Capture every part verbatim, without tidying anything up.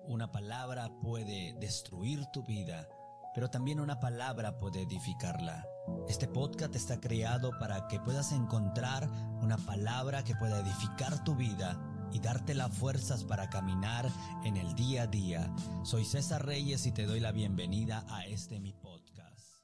una palabra puede destruir tu vida, pero también una palabra puede edificarla. Este podcast está creado para que puedas encontrar una palabra que pueda edificar tu vida y darte las fuerzas para caminar en el día a día. Soy César Reyes y te doy la bienvenida a este mi podcast.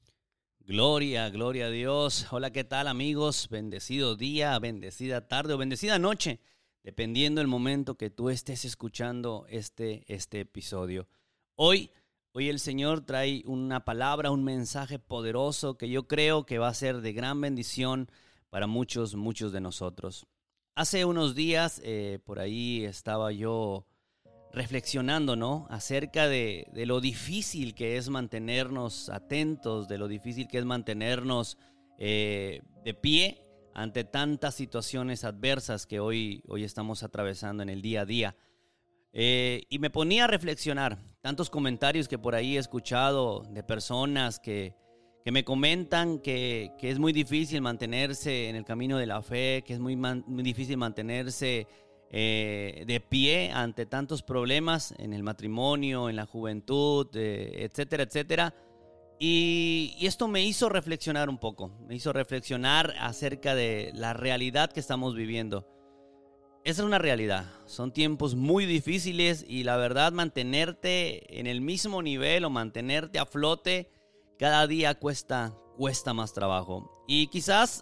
Gloria, gloria a Dios. Hola, ¿qué tal, amigos? Bendecido día, bendecida tarde o bendecida noche, dependiendo del momento que tú estés escuchando este, este episodio. Hoy, hoy el Señor trae una palabra, un mensaje poderoso que yo creo que va a ser de gran bendición para muchos, muchos de nosotros. Hace unos días, eh, por ahí estaba yo reflexionando, ¿no? Acerca de, de lo difícil que es mantenernos atentos, de lo difícil que es mantenernos eh, de pie ante tantas situaciones adversas que hoy, hoy estamos atravesando en el día a día. Eh, y me ponía a reflexionar, tantos comentarios que por ahí he escuchado de personas que, que me comentan que, que es muy difícil mantenerse en el camino de la fe, que es muy, man, muy difícil mantenerse eh, de pie ante tantos problemas en el matrimonio, en la juventud, eh, etcétera, etcétera. Y, y esto me hizo reflexionar un poco, me hizo reflexionar acerca de la realidad que estamos viviendo. Esa es una realidad, son tiempos muy difíciles y la verdad mantenerte en el mismo nivel o mantenerte a flote cada día cuesta, cuesta más trabajo. Y quizás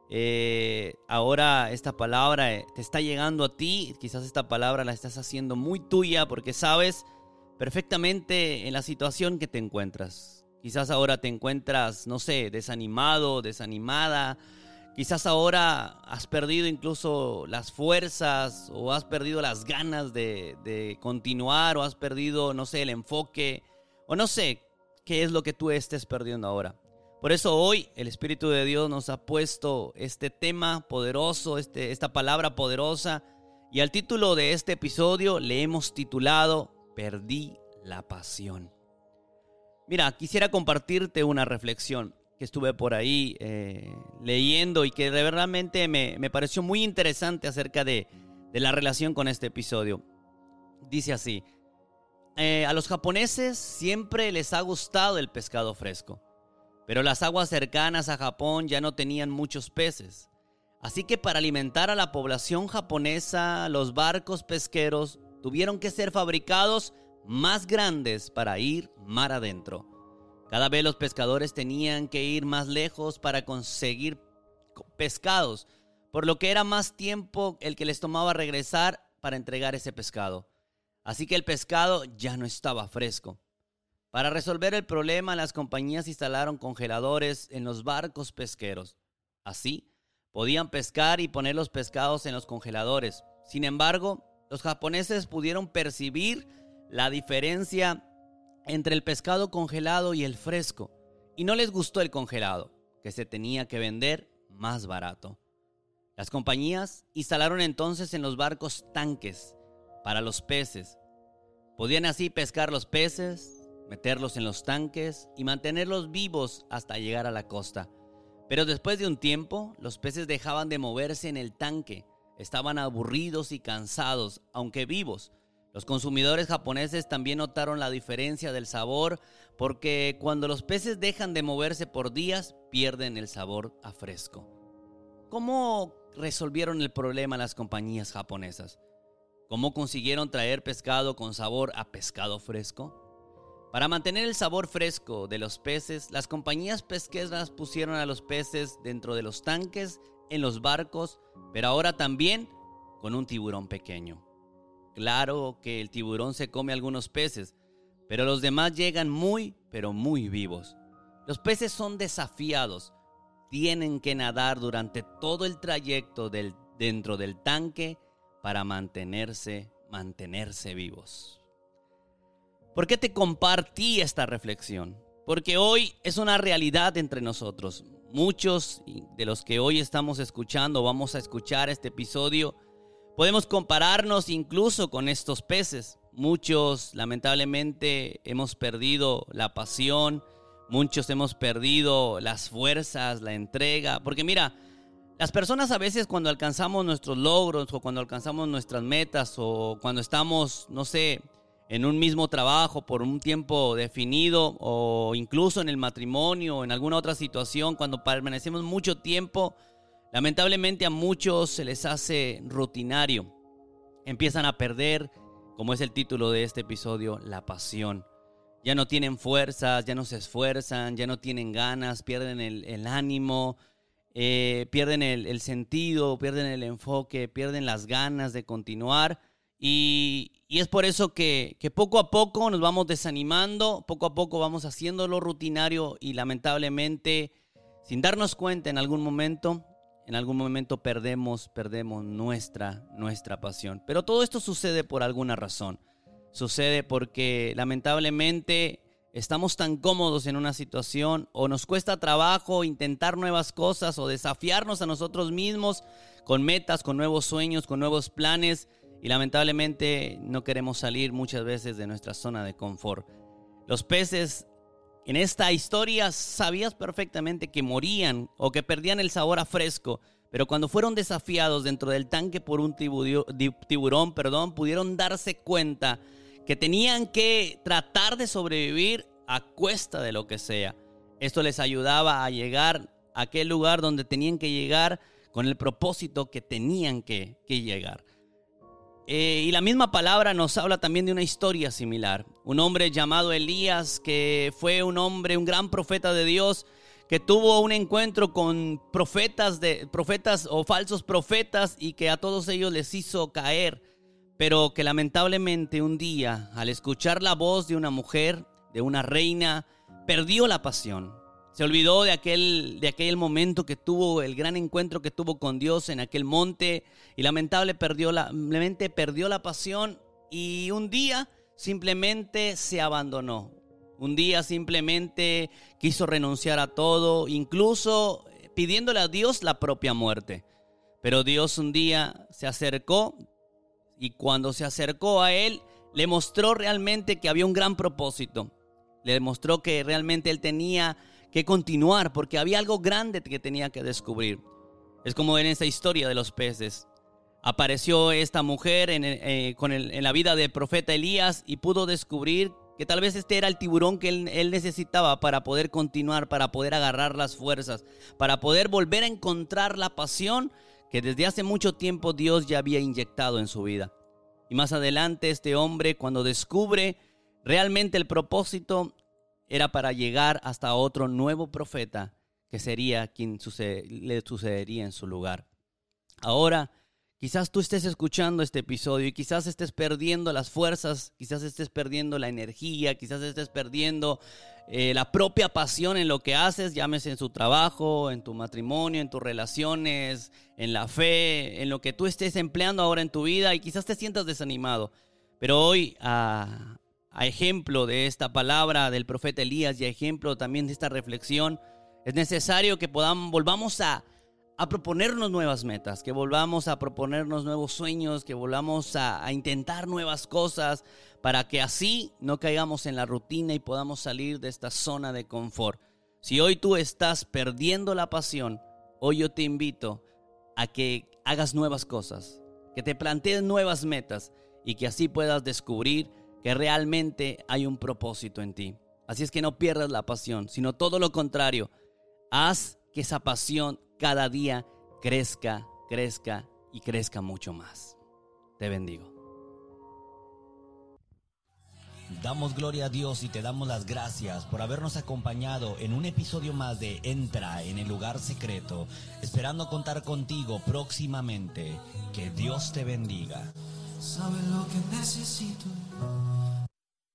eh, ahora esta palabra te está llegando a ti, quizás esta palabra la estás haciendo muy tuya porque sabes perfectamente en la situación que te encuentras. Quizás ahora te encuentras, no sé, desanimado, desanimada. Quizás ahora has perdido incluso las fuerzas o has perdido las ganas de, de continuar o has perdido, no sé, el enfoque o no sé qué es lo que tú estés perdiendo ahora. Por eso hoy el Espíritu de Dios nos ha puesto este tema poderoso, este, esta palabra poderosa y al título de este episodio le hemos titulado Perdí la pasión. Mira, quisiera compartirte una reflexión que estuve por ahí eh, leyendo y que realmente me, me pareció muy interesante acerca de, de la relación con este episodio. Dice así, eh, a los japoneses siempre les ha gustado el pescado fresco, pero las aguas cercanas a Japón ya no tenían muchos peces. Así que para alimentar a la población japonesa, los barcos pesqueros tuvieron que ser fabricados más grandes para ir mar adentro. Cada vez los pescadores tenían que ir más lejos para conseguir pescados, por lo que era más tiempo el que les tomaba regresar para entregar ese pescado. Así que el pescado ya no estaba fresco. Para resolver el problema, las compañías instalaron congeladores en los barcos pesqueros. Así, podían pescar y poner los pescados en los congeladores. Sin embargo, los japoneses pudieron percibir la diferencia entre el pescado congelado y el fresco, y no les gustó el congelado, que se tenía que vender más barato. Las compañías instalaron entonces en los barcos tanques para los peces. Podían así pescar los peces, meterlos en los tanques y mantenerlos vivos hasta llegar a la costa. Pero después de un tiempo, los peces dejaban de moverse en el tanque, estaban aburridos y cansados, aunque vivos. Los consumidores japoneses también notaron la diferencia del sabor porque cuando los peces dejan de moverse por días, pierden el sabor a fresco. ¿Cómo resolvieron el problema las compañías japonesas? ¿Cómo consiguieron traer pescado con sabor a pescado fresco? Para mantener el sabor fresco de los peces, las compañías pesqueras pusieron a los peces dentro de los tanques, en los barcos, pero ahora también con un tiburón pequeño. Claro que el tiburón se come algunos peces, pero los demás llegan muy, pero muy vivos. Los peces son desafiados. Tienen que nadar durante todo el trayecto del, dentro del tanque para mantenerse, mantenerse vivos. ¿Por qué te compartí esta reflexión? Porque hoy es una realidad entre nosotros. Muchos de los que hoy estamos escuchando, vamos a escuchar este episodio, podemos compararnos incluso con estos peces. Muchos, lamentablemente, hemos perdido la pasión. Muchos hemos perdido las fuerzas, la entrega. Porque mira, las personas a veces cuando alcanzamos nuestros logros o cuando alcanzamos nuestras metas o cuando estamos, no sé, en un mismo trabajo por un tiempo definido, o incluso en el matrimonio o en alguna otra situación, cuando permanecemos mucho tiempo, lamentablemente a muchos se les hace rutinario. Empiezan a perder, como es el título de este episodio, la pasión. Ya no tienen fuerzas, ya no se esfuerzan, ya no tienen ganas, pierden el, el ánimo, eh, pierden el, el sentido, pierden el enfoque, pierden las ganas de continuar. Y, y es por eso que, que poco a poco nos vamos desanimando, poco a poco vamos haciéndolo rutinario y lamentablemente, sin darnos cuenta en algún momento, en algún momento perdemos, perdemos nuestra, nuestra pasión. Pero todo esto sucede por alguna razón. Sucede porque lamentablemente estamos tan cómodos en una situación, o nos cuesta trabajo intentar nuevas cosas o desafiarnos a nosotros mismos con metas, con nuevos sueños, con nuevos planes, y lamentablemente no queremos salir muchas veces de nuestra zona de confort. Los peces en esta historia sabías perfectamente que morían o que perdían el sabor a fresco, pero cuando fueron desafiados dentro del tanque por un tiburón, perdón, pudieron darse cuenta que tenían que tratar de sobrevivir a cuesta de lo que sea. Esto les ayudaba a llegar a aquel lugar donde tenían que llegar con el propósito que tenían que, que llegar. Eh, y la misma palabra nos habla también de una historia similar. Un hombre llamado Elías, que fue un hombre, un gran profeta de Dios, que tuvo un encuentro con profetas, de, profetas o falsos profetas, y que a todos ellos les hizo caer. Pero que lamentablemente un día, al escuchar la voz de una mujer, de una reina, perdió la pasión. Se olvidó de aquel, de aquel momento que tuvo, el gran encuentro que tuvo con Dios en aquel monte, y lamentablemente perdió la, lamentablemente perdió la pasión, y un día simplemente se abandonó. Un día simplemente quiso renunciar a todo, incluso pidiéndole a Dios la propia muerte. Pero Dios un día se acercó, y cuando se acercó a él, le mostró realmente que había un gran propósito. Le demostró que realmente él tenía que continuar, porque había algo grande que tenía que descubrir. Es como en esta historia de los peces. Apareció esta mujer en, eh, con el, en la vida del profeta Elías, y pudo descubrir que tal vez este era el tiburón que él, él necesitaba para poder continuar, para poder agarrar las fuerzas, para poder volver a encontrar la pasión que desde hace mucho tiempo Dios ya había inyectado en su vida. Y más adelante este hombre, cuando descubre realmente el propósito, era para llegar hasta otro nuevo profeta que sería quien sucede, le sucedería en su lugar. Ahora, quizás tú estés escuchando este episodio y quizás estés perdiendo las fuerzas, quizás estés perdiendo la energía, quizás estés perdiendo eh, la propia pasión en lo que haces, llámese en su trabajo, en tu matrimonio, en tus relaciones, en la fe, en lo que tú estés empleando ahora en tu vida, y quizás te sientas desanimado. Pero hoy, a, a ejemplo de esta palabra del profeta Elías y a ejemplo también de esta reflexión, es necesario que podamos, volvamos a a proponernos nuevas metas, que volvamos a proponernos nuevos sueños, que volvamos a, a intentar nuevas cosas, para que así no caigamos en la rutina y podamos salir de esta zona de confort. Si hoy tú estás perdiendo la pasión, hoy yo te invito a que hagas nuevas cosas, que te plantees nuevas metas, y que así puedas descubrir que realmente hay un propósito en ti. Así es que no pierdas la pasión, sino todo lo contrario, haz que esa pasión cada día crezca, crezca y crezca mucho más. Te bendigo. Damos gloria a Dios y te damos las gracias por habernos acompañado en un episodio más de Entra en el Lugar Secreto, esperando contar contigo próximamente. Que Dios te bendiga. Sabes lo que necesito.